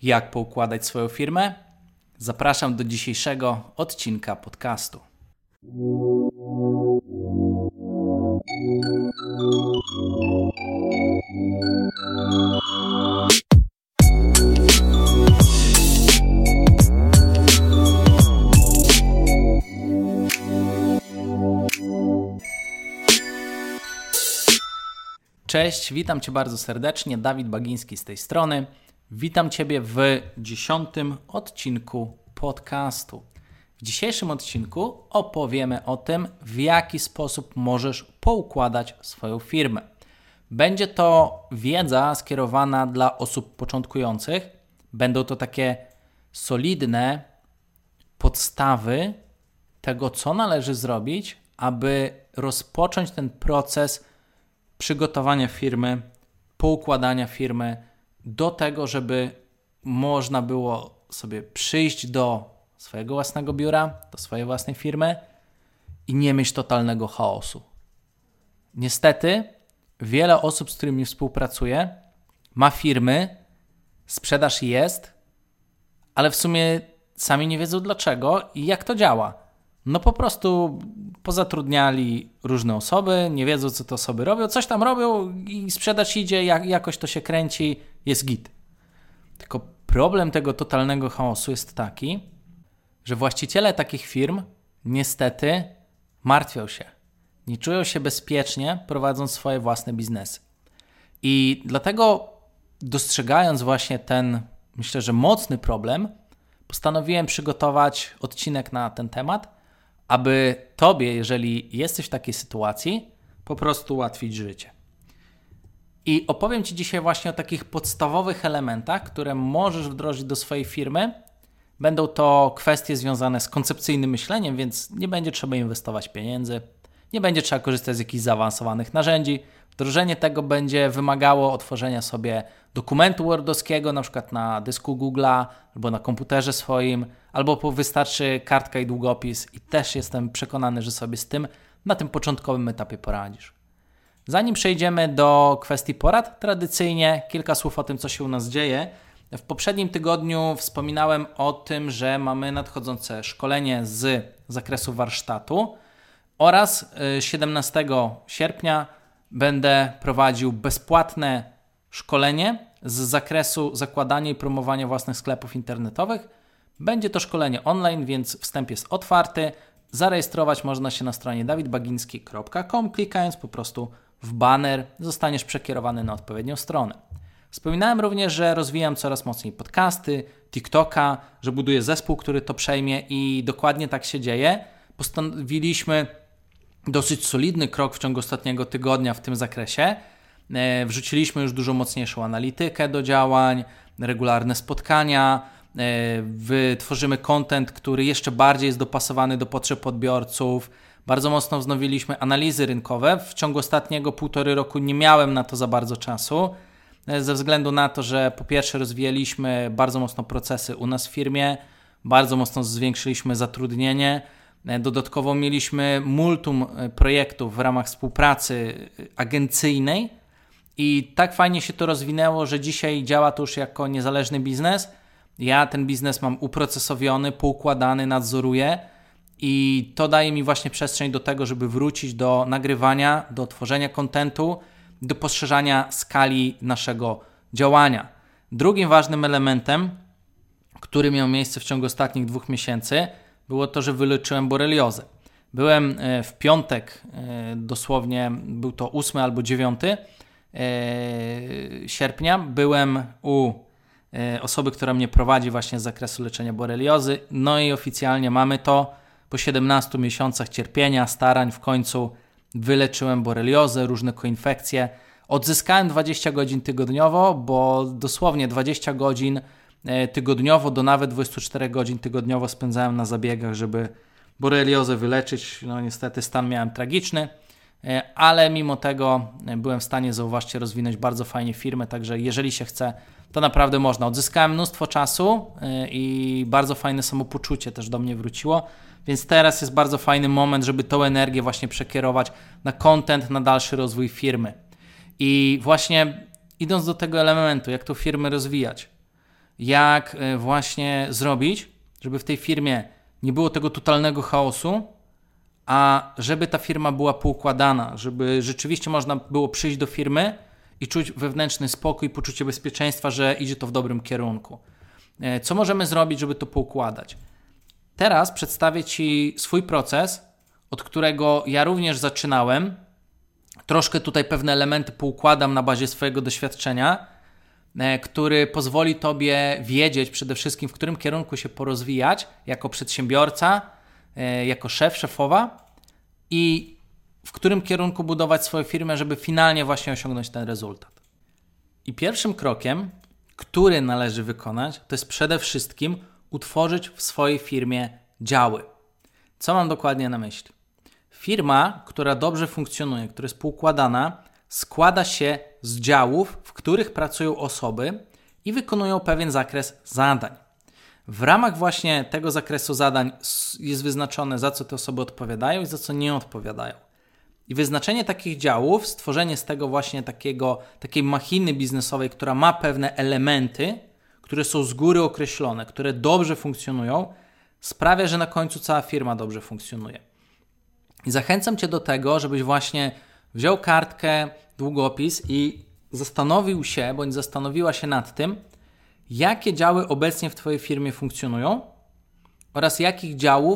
Jak poukładać swoją firmę? Zapraszam do dzisiejszego odcinka podcastu. Cześć, witam Cię bardzo serdecznie, Dawid Bagiński z tej strony. Witam Ciebie w 10. odcinku podcastu. W dzisiejszym odcinku opowiemy o tym, w jaki sposób możesz poukładać swoją firmę. Będzie to wiedza skierowana dla osób początkujących. Będą to takie solidne podstawy tego, co należy zrobić, aby rozpocząć ten proces przygotowania firmy, poukładania firmy do tego, żeby można było sobie przyjść do swojego własnego biura, do swojej własnej firmy i nie mieć totalnego chaosu. Niestety, wiele osób, z którymi współpracuję, ma firmy, sprzedaż jest, ale w sumie sami nie wiedzą dlaczego i jak to działa. No po prostu pozatrudniali różne osoby, nie wiedzą, co te osoby robią, coś tam robią i sprzedaż idzie, jakoś to się kręci, jest git. Tylko problem tego totalnego chaosu jest taki, że właściciele takich firm niestety martwią się. Nie czują się bezpiecznie, prowadząc swoje własne biznesy. I dlatego, dostrzegając właśnie ten, myślę, że mocny problem, postanowiłem przygotować odcinek na ten temat, aby Tobie, jeżeli jesteś w takiej sytuacji, po prostu ułatwić życie. I opowiem Ci dzisiaj właśnie o takich podstawowych elementach, które możesz wdrożyć do swojej firmy. Będą to kwestie związane z koncepcyjnym myśleniem, więc nie będzie trzeba inwestować pieniędzy, nie będzie trzeba korzystać z jakichś zaawansowanych narzędzi. Wdrożenie tego będzie wymagało otworzenia sobie dokumentu wordowskiego, na przykład na dysku Google'a albo na komputerze swoim, albo wystarczy kartka i długopis i też jestem przekonany, że sobie z tym na tym początkowym etapie poradzisz. Zanim przejdziemy do kwestii porad, tradycyjnie kilka słów o tym, co się u nas dzieje. W poprzednim tygodniu wspominałem o tym, że mamy nadchodzące szkolenie z zakresu warsztatu oraz 17 sierpnia będę prowadził bezpłatne szkolenie z zakresu zakładania i promowania własnych sklepów internetowych. Będzie to szkolenie online, więc wstęp jest otwarty. Zarejestrować można się na stronie dawidbagiński.com, klikając po prostu w baner, zostaniesz przekierowany na odpowiednią stronę. Wspominałem również, że rozwijam coraz mocniej podcasty, TikToka, że buduję zespół, który to przejmie i dokładnie tak się dzieje. Postanowiliśmy dosyć solidny krok w ciągu ostatniego tygodnia w tym zakresie. Wrzuciliśmy już dużo mocniejszą analitykę do działań, regularne spotkania, wytworzymy content, który jeszcze bardziej jest dopasowany do potrzeb odbiorców. Bardzo mocno wznowiliśmy analizy rynkowe. W ciągu ostatniego 1,5 roku nie miałem na to za bardzo czasu, ze względu na to, że po pierwsze rozwijaliśmy bardzo mocno procesy u nas w firmie, bardzo mocno zwiększyliśmy zatrudnienie. Dodatkowo mieliśmy multum projektów w ramach współpracy agencyjnej i tak fajnie się to rozwinęło, że dzisiaj działa to już jako niezależny biznes. Ja ten biznes mam uprocesowiony, poukładany, nadzoruję i to daje mi właśnie przestrzeń do tego, żeby wrócić do nagrywania, do tworzenia kontentu, do poszerzania skali naszego działania. Drugim ważnym elementem, który miał miejsce w ciągu ostatnich 2 miesięcy, było to, że wyleczyłem boreliozę. Byłem w piątek, dosłownie był to 8 albo 9 sierpnia, byłem u osoby, która mnie prowadzi właśnie z zakresu leczenia boreliozy, no i oficjalnie mamy to. Po 17 miesiącach cierpienia, starań w końcu wyleczyłem boreliozę, różne koinfekcje. Odzyskałem 20 godzin tygodniowo, bo dosłownie 20 godzin tygodniowo do nawet 24 godzin tygodniowo spędzałem na zabiegach, żeby boreliozę wyleczyć. No niestety stan miałem tragiczny, ale mimo tego byłem w stanie, zauważcie, rozwinąć bardzo fajnie firmę, także jeżeli się chce, to naprawdę można. Odzyskałem mnóstwo czasu i bardzo fajne samopoczucie też do mnie wróciło, więc teraz jest bardzo fajny moment, żeby tą energię właśnie przekierować na content, na dalszy rozwój firmy. I właśnie idąc do tego elementu, jak tą firmę rozwijać. jak właśnie zrobić, żeby w tej firmie nie było tego totalnego chaosu, a żeby ta firma była poukładana, żeby rzeczywiście można było przyjść do firmy i czuć wewnętrzny spokój, poczucie bezpieczeństwa, że idzie to w dobrym kierunku. Co możemy zrobić, żeby to poukładać? Teraz przedstawię Ci swój proces, od którego ja również zaczynałem. Troszkę tutaj pewne elementy poukładam na bazie swojego doświadczenia, który pozwoli Tobie wiedzieć przede wszystkim, w którym kierunku się porozwijać jako przedsiębiorca, jako szef, szefowa i w którym kierunku budować swoją firmę, żeby finalnie właśnie osiągnąć ten rezultat. I pierwszym krokiem, który należy wykonać, to jest przede wszystkim utworzyć w swojej firmie działy. Co mam dokładnie na myśli? Firma, która dobrze funkcjonuje, która jest poukładana, składa się z działów, w których pracują osoby i wykonują pewien zakres zadań. W ramach właśnie tego zakresu zadań jest wyznaczone, za co te osoby odpowiadają i za co nie odpowiadają. I wyznaczenie takich działów, stworzenie z tego właśnie takiej machiny biznesowej, która ma pewne elementy, które są z góry określone, które dobrze funkcjonują, sprawia, że na końcu cała firma dobrze funkcjonuje. I zachęcam Cię do tego, żebyś właśnie wziął kartkę, długopis i zastanowił się, bądź zastanowiła się nad tym, jakie działy obecnie w Twojej firmie funkcjonują oraz jakie działy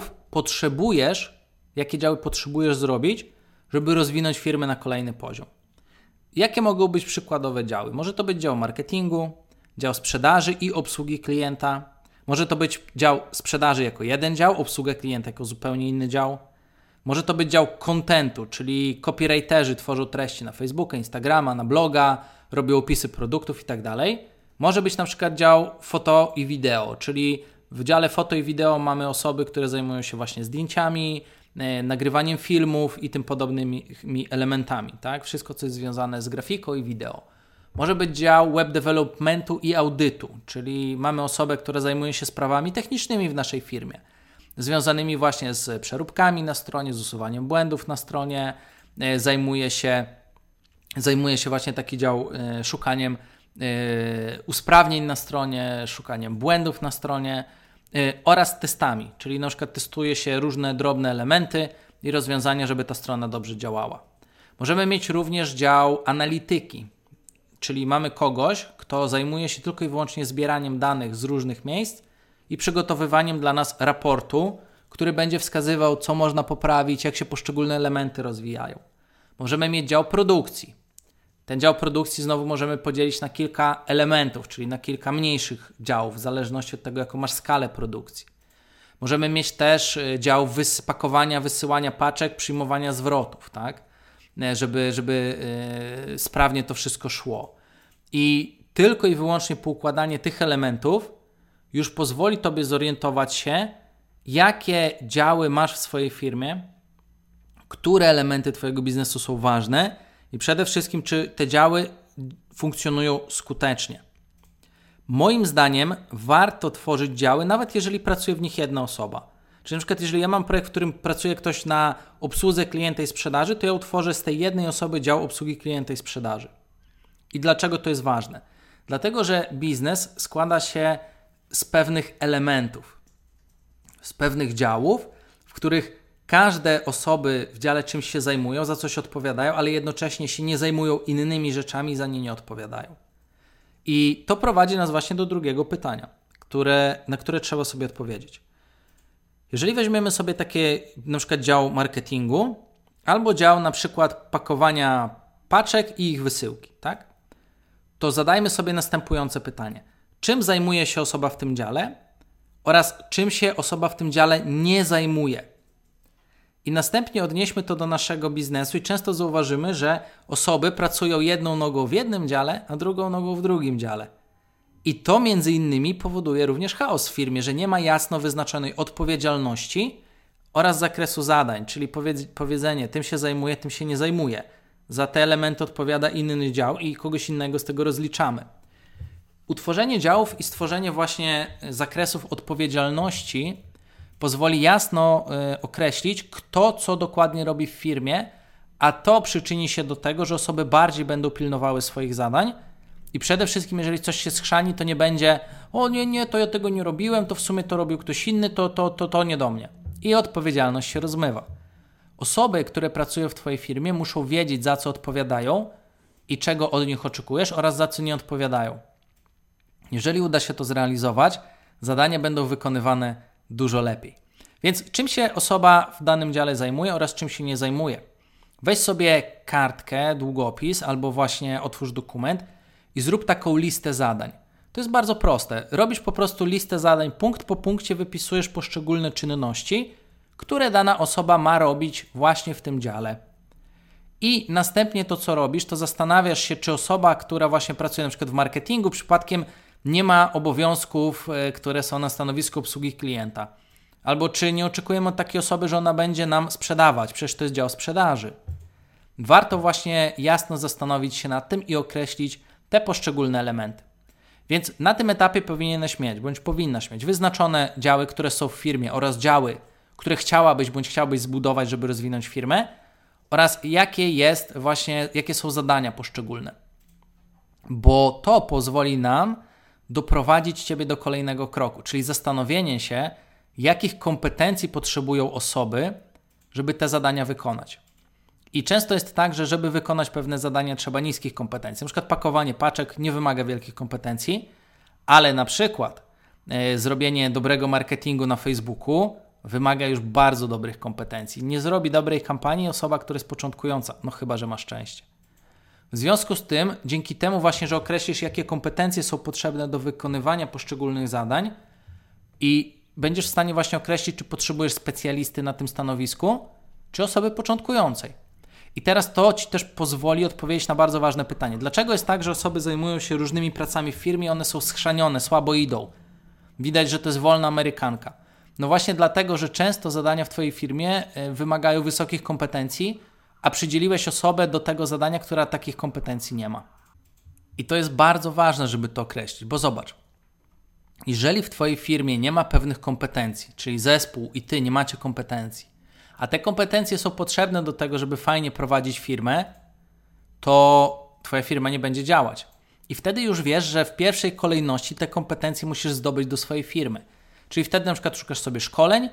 potrzebujesz zrobić, żeby rozwinąć firmę na kolejny poziom. Jakie mogą być przykładowe działy? Może to być dział marketingu, dział sprzedaży i obsługi klienta. Może to być dział sprzedaży jako jeden dział, obsługa klienta jako zupełnie inny dział. Może to być dział contentu, czyli copywriterzy tworzą treści na Facebooka, Instagrama, na bloga, robią opisy produktów i tak dalej. Może być na przykład dział foto i wideo, czyli w dziale foto i wideo mamy osoby, które zajmują się właśnie zdjęciami, nagrywaniem filmów i tym podobnymi elementami, tak? Wszystko, co jest związane z grafiką i wideo. Może być dział web developmentu i audytu, czyli mamy osobę, która zajmuje się sprawami technicznymi w naszej firmie, związanymi właśnie z przeróbkami na stronie, z usuwaniem błędów na stronie, zajmuje się właśnie taki dział szukaniem usprawnień na stronie, szukaniem błędów na stronie oraz testami, czyli na przykład testuje się różne drobne elementy i rozwiązania, żeby ta strona dobrze działała. Możemy mieć również dział analityki, czyli mamy kogoś, kto zajmuje się tylko i wyłącznie zbieraniem danych z różnych miejsc i przygotowywaniem dla nas raportu, który będzie wskazywał, co można poprawić, jak się poszczególne elementy rozwijają. Możemy mieć dział produkcji. Ten dział produkcji znowu możemy podzielić na kilka elementów, czyli na kilka mniejszych działów, w zależności od tego, jaką masz skalę produkcji. Możemy mieć też dział pakowania, wysyłania paczek, przyjmowania zwrotów, tak? Żeby sprawnie to wszystko szło. I tylko i wyłącznie poukładanie tych elementów już pozwoli Tobie zorientować się, jakie działy masz w swojej firmie, które elementy Twojego biznesu są ważne i przede wszystkim, czy te działy funkcjonują skutecznie. Moim zdaniem warto tworzyć działy, nawet jeżeli pracuje w nich jedna osoba. Czyli na przykład jeżeli ja mam projekt, w którym pracuje ktoś na obsłudze klienta i sprzedaży, to ja utworzę z tej jednej osoby dział obsługi klienta i sprzedaży. I dlaczego to jest ważne? Dlatego, że biznes składa się z pewnych elementów, z pewnych działów, w których każde osoby w dziale czymś się zajmują, za coś odpowiadają, ale jednocześnie się nie zajmują innymi rzeczami, za nie nie odpowiadają. I to prowadzi nas właśnie do drugiego pytania, na które trzeba sobie odpowiedzieć. Jeżeli weźmiemy sobie takie na przykład dział marketingu albo dział na przykład pakowania paczek i ich wysyłki, tak? To zadajmy sobie następujące pytanie. Czym zajmuje się osoba w tym dziale oraz czym się osoba w tym dziale nie zajmuje? I następnie odnieśmy to do naszego biznesu i często zauważymy, że osoby pracują jedną nogą w jednym dziale, a drugą nogą w drugim dziale. I to między innymi powoduje również chaos w firmie, że nie ma jasno wyznaczonej odpowiedzialności oraz zakresu zadań, czyli powiedzenie, tym się zajmuje, tym się nie zajmuje. Za te elementy odpowiada inny dział i kogoś innego z tego rozliczamy. Utworzenie działów i stworzenie właśnie zakresów odpowiedzialności pozwoli jasno określić, kto co dokładnie robi w firmie, a to przyczyni się do tego, że osoby bardziej będą pilnowały swoich zadań I przede wszystkim, jeżeli coś się schrzani, to nie będzie o nie, to ja tego nie robiłem, to w sumie to robił ktoś inny, to nie do mnie. I odpowiedzialność się rozmywa. Osoby, które pracują w Twojej firmie, muszą wiedzieć, za co odpowiadają i czego od nich oczekujesz oraz za co nie odpowiadają. Jeżeli uda się to zrealizować, zadania będą wykonywane dużo lepiej. Więc czym się osoba w danym dziale zajmuje oraz czym się nie zajmuje? Weź sobie kartkę, długopis albo właśnie otwórz dokument i zrób taką listę zadań. To jest bardzo proste. Robisz po prostu listę zadań, punkt po punkcie wypisujesz poszczególne czynności, które dana osoba ma robić właśnie w tym dziale. I następnie to, co robisz, to zastanawiasz się, czy osoba, która właśnie pracuje na przykład w marketingu, przypadkiem nie ma obowiązków, które są na stanowisku obsługi klienta. Albo czy nie oczekujemy od takiej osoby, że ona będzie nam sprzedawać, przecież to jest dział sprzedaży. Warto właśnie jasno zastanowić się nad tym i określić te poszczególne elementy. Więc na tym etapie powinieneś mieć, bądź powinnaś mieć wyznaczone działy, które są w firmie oraz działy, które chciałabyś bądź chciałbyś zbudować, żeby rozwinąć firmę oraz jakie są zadania poszczególne. Bo to pozwoli nam doprowadzić Ciebie do kolejnego kroku, czyli zastanowienie się, jakich kompetencji potrzebują osoby, żeby te zadania wykonać. I często jest tak, że żeby wykonać pewne zadania trzeba niskich kompetencji. Na przykład pakowanie paczek nie wymaga wielkich kompetencji, ale na przykład zrobienie dobrego marketingu na Facebooku wymaga już bardzo dobrych kompetencji. Nie zrobi dobrej kampanii osoba, która jest początkująca, no chyba że ma szczęście. W związku z tym, dzięki temu właśnie, że określisz, jakie kompetencje są potrzebne do wykonywania poszczególnych zadań i będziesz w stanie właśnie określić, czy potrzebujesz specjalisty na tym stanowisku, czy osoby początkującej. I teraz to Ci też pozwoli odpowiedzieć na bardzo ważne pytanie. Dlaczego jest tak, że osoby zajmują się różnymi pracami w firmie, one są schrzanione, słabo idą? Widać, że to jest wolna amerykanka. No właśnie dlatego, że często zadania w Twojej firmie wymagają wysokich kompetencji, a przydzieliłeś osobę do tego zadania, która takich kompetencji nie ma. I to jest bardzo ważne, żeby to określić, bo zobacz, jeżeli w Twojej firmie nie ma pewnych kompetencji, czyli zespół i Ty nie macie kompetencji, a te kompetencje są potrzebne do tego, żeby fajnie prowadzić firmę, to Twoja firma nie będzie działać. I wtedy już wiesz, że w pierwszej kolejności te kompetencje musisz zdobyć do swojej firmy. Czyli wtedy na przykład szukasz sobie szkoleń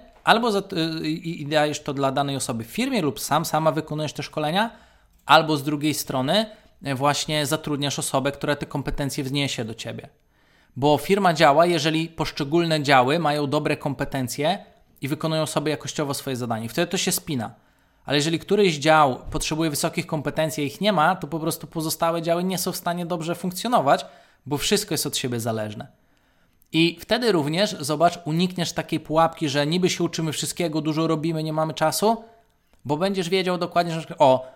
i dajesz to dla danej osoby w firmie lub sama wykonujesz te szkolenia, albo z drugiej strony właśnie zatrudniasz osobę, która te kompetencje wniesie do Ciebie. Bo firma działa, jeżeli poszczególne działy mają dobre kompetencje i wykonują sobie jakościowo swoje zadanie. Wtedy to się spina. Ale jeżeli któryś dział potrzebuje wysokich kompetencji, a ich nie ma, to po prostu pozostałe działy nie są w stanie dobrze funkcjonować, bo wszystko jest od siebie zależne. I wtedy również, zobacz, unikniesz takiej pułapki, że niby się uczymy wszystkiego, dużo robimy, nie mamy czasu, bo będziesz wiedział dokładnie, że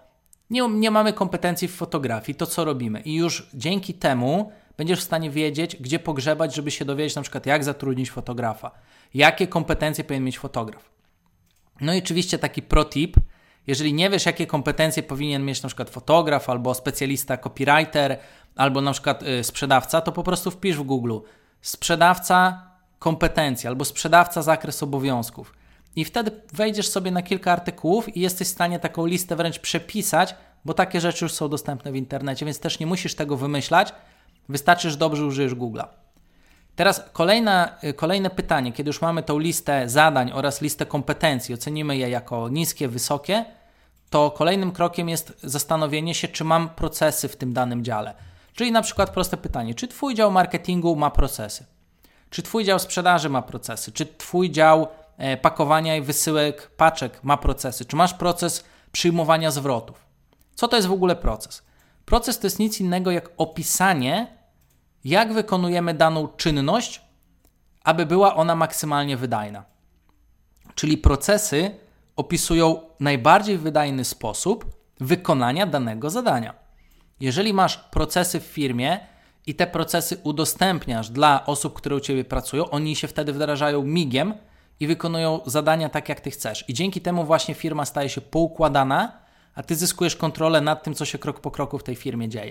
nie mamy kompetencji w fotografii, to co robimy? I już dzięki temu będziesz w stanie wiedzieć, gdzie pogrzebać, żeby się dowiedzieć na przykład, jak zatrudnić fotografa, jakie kompetencje powinien mieć fotograf. No i oczywiście taki pro tip, jeżeli nie wiesz, jakie kompetencje powinien mieć na przykład fotograf, albo specjalista copywriter, albo na przykład sprzedawca, to po prostu wpisz w Google sprzedawca kompetencji, albo sprzedawca zakres obowiązków. I wtedy wejdziesz sobie na kilka artykułów i jesteś w stanie taką listę wręcz przepisać, bo takie rzeczy już są dostępne w internecie, więc też nie musisz tego wymyślać, wystarczy, że dobrze użyjesz Google'a. Teraz kolejne pytanie, kiedy już mamy tą listę zadań oraz listę kompetencji, ocenimy je jako niskie, wysokie, to kolejnym krokiem jest zastanowienie się, czy mam procesy w tym danym dziale. Czyli na przykład proste pytanie, czy Twój dział marketingu ma procesy? Czy Twój dział sprzedaży ma procesy? Czy Twój dział pakowania i wysyłek paczek ma procesy? Czy masz proces przyjmowania zwrotów? Co to jest w ogóle proces? Proces to jest nic innego jak opisanie, jak wykonujemy daną czynność, aby była ona maksymalnie wydajna. Czyli procesy opisują najbardziej wydajny sposób wykonania danego zadania. Jeżeli masz procesy w firmie i te procesy udostępniasz dla osób, które u Ciebie pracują, oni się wtedy wdrażają migiem i wykonują zadania tak, jak Ty chcesz. I dzięki temu właśnie firma staje się poukładana, a Ty zyskujesz kontrolę nad tym, co się krok po kroku w tej firmie dzieje.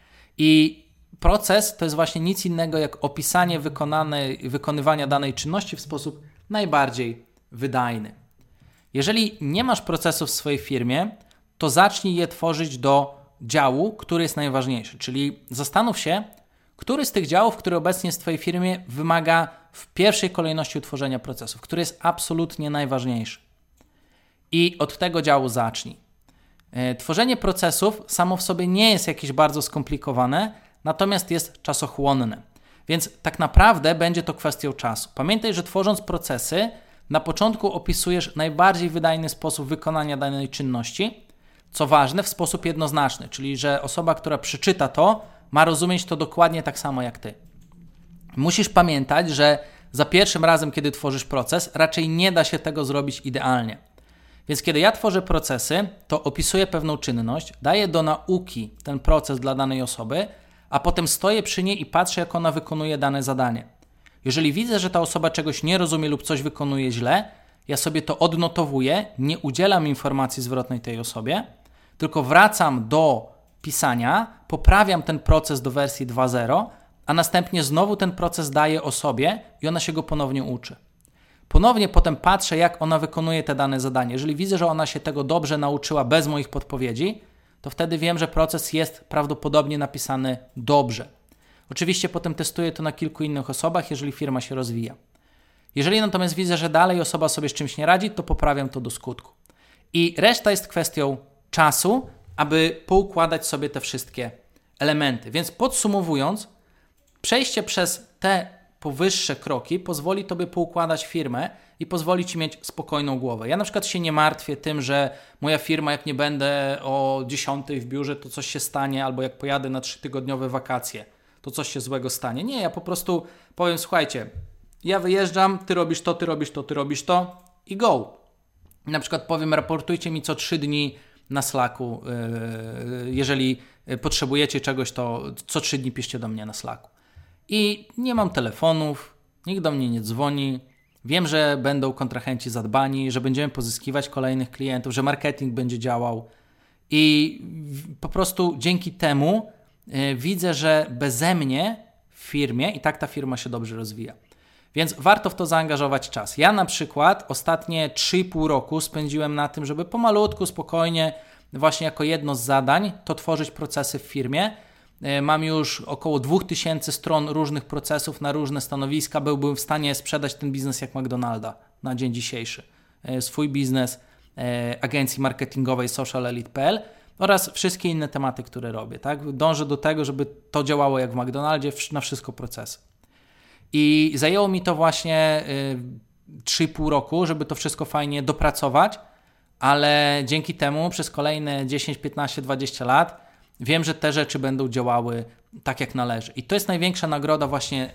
I proces to jest właśnie nic innego jak opisanie wykonywania danej czynności w sposób najbardziej wydajny. Jeżeli nie masz procesów w swojej firmie, to zacznij je tworzyć do działu, który jest najważniejszy. Czyli zastanów się, który z tych działów, który obecnie jest w Twojej firmie, wymaga w pierwszej kolejności utworzenia procesów, który jest absolutnie najważniejszy. I od tego działu zacznij. Tworzenie procesów samo w sobie nie jest jakieś bardzo skomplikowane, natomiast jest czasochłonne. Więc tak naprawdę będzie to kwestią czasu. Pamiętaj, że tworząc procesy, na początku opisujesz najbardziej wydajny sposób wykonania danej czynności, co ważne, w sposób jednoznaczny, czyli że osoba, która przeczyta to, ma rozumieć to dokładnie tak samo jak Ty. Musisz pamiętać, że za pierwszym razem, kiedy tworzysz proces, raczej nie da się tego zrobić idealnie. Więc kiedy ja tworzę procesy, to opisuję pewną czynność, daję do nauki ten proces dla danej osoby, a potem stoję przy niej i patrzę, jak ona wykonuje dane zadanie. Jeżeli widzę, że ta osoba czegoś nie rozumie lub coś wykonuje źle, ja sobie to odnotowuję, nie udzielam informacji zwrotnej tej osobie, tylko wracam do pisania, poprawiam ten proces do wersji 2.0, a następnie znowu ten proces daję osobie i ona się go ponownie uczy. Ponownie potem patrzę, jak ona wykonuje te dane zadanie. Jeżeli widzę, że ona się tego dobrze nauczyła bez moich podpowiedzi, to wtedy wiem, że proces jest prawdopodobnie napisany dobrze. Oczywiście potem testuję to na kilku innych osobach, jeżeli firma się rozwija. Jeżeli natomiast widzę, że dalej osoba sobie z czymś nie radzi, to poprawiam to do skutku. I reszta jest kwestią czasu, aby poukładać sobie te wszystkie elementy. Więc podsumowując, przejście przez te powyższe kroki pozwoli Tobie poukładać firmę i pozwoli Ci mieć spokojną głowę. Ja na przykład się nie martwię tym, że moja firma, jak nie będę o 10 w biurze, to coś się stanie, albo jak pojadę na 3-tygodniowe wakacje, to coś się złego stanie. Nie, ja po prostu powiem, słuchajcie, ja wyjeżdżam, Ty robisz to, Ty robisz to, Ty robisz to i go. Na przykład powiem, raportujcie mi co 3 dni na Slacku, jeżeli potrzebujecie czegoś, to co 3 dni piszcie do mnie na Slacku. I nie mam telefonów, nikt do mnie nie dzwoni, wiem, że będą kontrahenci zadbani, że będziemy pozyskiwać kolejnych klientów, że marketing będzie działał i po prostu dzięki temu widzę, że beze mnie w firmie i tak ta firma się dobrze rozwija. Więc warto w to zaangażować czas. Ja na przykład ostatnie 3,5 roku spędziłem na tym, żeby pomalutku, spokojnie, właśnie jako jedno z zadań, to tworzyć procesy w firmie. Mam już około 2000 stron różnych procesów na różne stanowiska. Byłbym w stanie sprzedać ten biznes jak McDonalda na dzień dzisiejszy. Swój biznes, agencji marketingowej socialelite.pl oraz wszystkie inne tematy, które robię. Tak? Dążę do tego, żeby to działało jak w McDonaldzie, na wszystko procesy. I zajęło mi to właśnie 3,5 roku, żeby to wszystko fajnie dopracować, ale dzięki temu przez kolejne 10, 15, 20 lat wiem, że te rzeczy będą działały tak jak należy. I to jest największa nagroda właśnie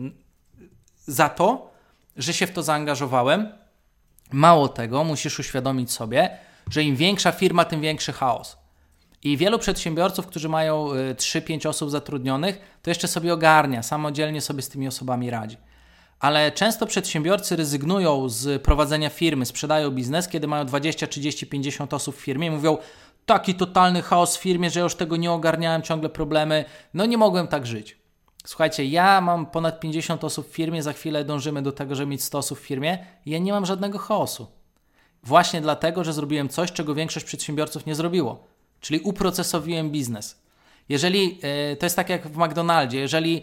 za to, że się w to zaangażowałem. Mało tego, musisz uświadomić sobie, że im większa firma, tym większy chaos. I wielu przedsiębiorców, którzy mają 3-5 osób zatrudnionych, to jeszcze sobie ogarnia, samodzielnie sobie z tymi osobami radzi. Ale często przedsiębiorcy rezygnują z prowadzenia firmy, sprzedają biznes, kiedy mają 20, 30, 50 osób w firmie i mówią, taki totalny chaos w firmie, że ja już tego nie ogarniałem, ciągle problemy, no nie mogłem tak żyć. Słuchajcie, ja mam ponad 50 osób w firmie, za chwilę dążymy do tego, żeby mieć 100 osób w firmie i ja nie mam żadnego chaosu. Właśnie dlatego, że zrobiłem coś, czego większość przedsiębiorców nie zrobiło. Czyli uprocesowiłem biznes. Jeżeli, to jest tak jak w McDonaldzie, jeżeli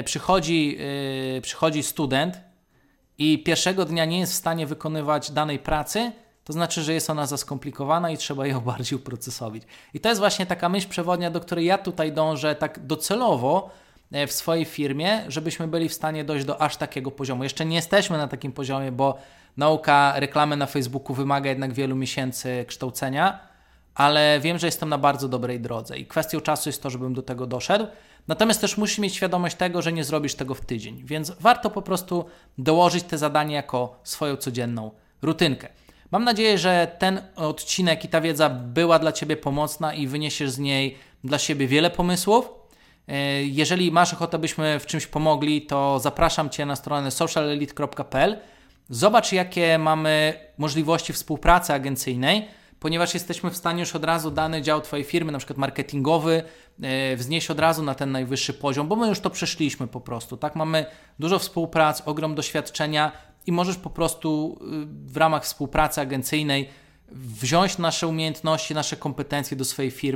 przychodzi student i pierwszego dnia nie jest w stanie wykonywać danej pracy, to znaczy, że jest ona za skomplikowana i trzeba ją bardziej uprocesowić. I to jest właśnie taka myśl przewodnia, do której ja tutaj dążę tak docelowo w swojej firmie, żebyśmy byli w stanie dojść do aż takiego poziomu. Jeszcze nie jesteśmy na takim poziomie, bo nauka reklamy na Facebooku wymaga jednak wielu miesięcy kształcenia, ale wiem, że jestem na bardzo dobrej drodze i kwestią czasu jest to, żebym do tego doszedł. Natomiast też musisz mieć świadomość tego, że nie zrobisz tego w tydzień, więc warto po prostu dołożyć te zadanie jako swoją codzienną rutynkę. Mam nadzieję, że ten odcinek i ta wiedza była dla Ciebie pomocna i wyniesiesz z niej dla siebie wiele pomysłów. Jeżeli masz ochotę, byśmy w czymś pomogli, to zapraszam Cię na stronę socialelite.pl. Zobacz, jakie mamy możliwości współpracy agencyjnej, ponieważ jesteśmy w stanie już od razu dany dział Twojej firmy, na przykład marketingowy, wznieść od razu na ten najwyższy poziom, bo my już to przeszliśmy po prostu. Tak, mamy dużo współprac, ogrom doświadczenia i możesz po prostu w ramach współpracy agencyjnej wziąć nasze umiejętności, nasze kompetencje do swojej firmy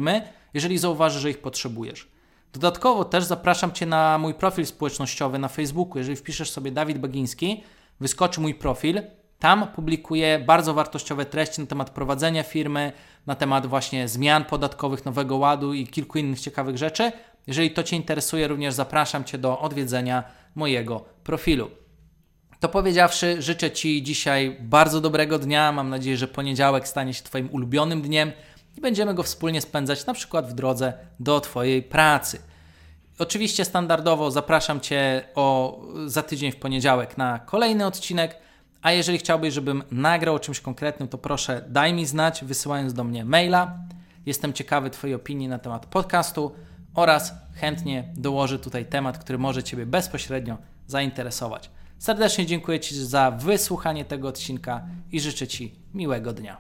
jeżeli zauważysz, że ich potrzebujesz. Dodatkowo też zapraszam Cię na mój profil społecznościowy na Facebooku. Jeżeli wpiszesz sobie Dawid Bagiński, wyskoczy mój profil. Tam publikuję bardzo wartościowe treści na temat prowadzenia firmy, na temat właśnie zmian podatkowych, Nowego Ładu i kilku innych ciekawych rzeczy. Jeżeli to Cię interesuje, również zapraszam Cię do odwiedzenia mojego profilu. To powiedziawszy, życzę Ci dzisiaj bardzo dobrego dnia. Mam nadzieję, że poniedziałek stanie się Twoim ulubionym dniem i będziemy go wspólnie spędzać na przykład w drodze do Twojej pracy. Oczywiście standardowo zapraszam Cię za tydzień w poniedziałek na kolejny odcinek, a jeżeli chciałbyś, żebym nagrał o czymś konkretnym, to proszę daj mi znać, wysyłając do mnie maila. Jestem ciekawy Twojej opinii na temat podcastu oraz chętnie dołożę tutaj temat, który może Ciebie bezpośrednio zainteresować. Serdecznie dziękuję Ci za wysłuchanie tego odcinka i życzę Ci miłego dnia.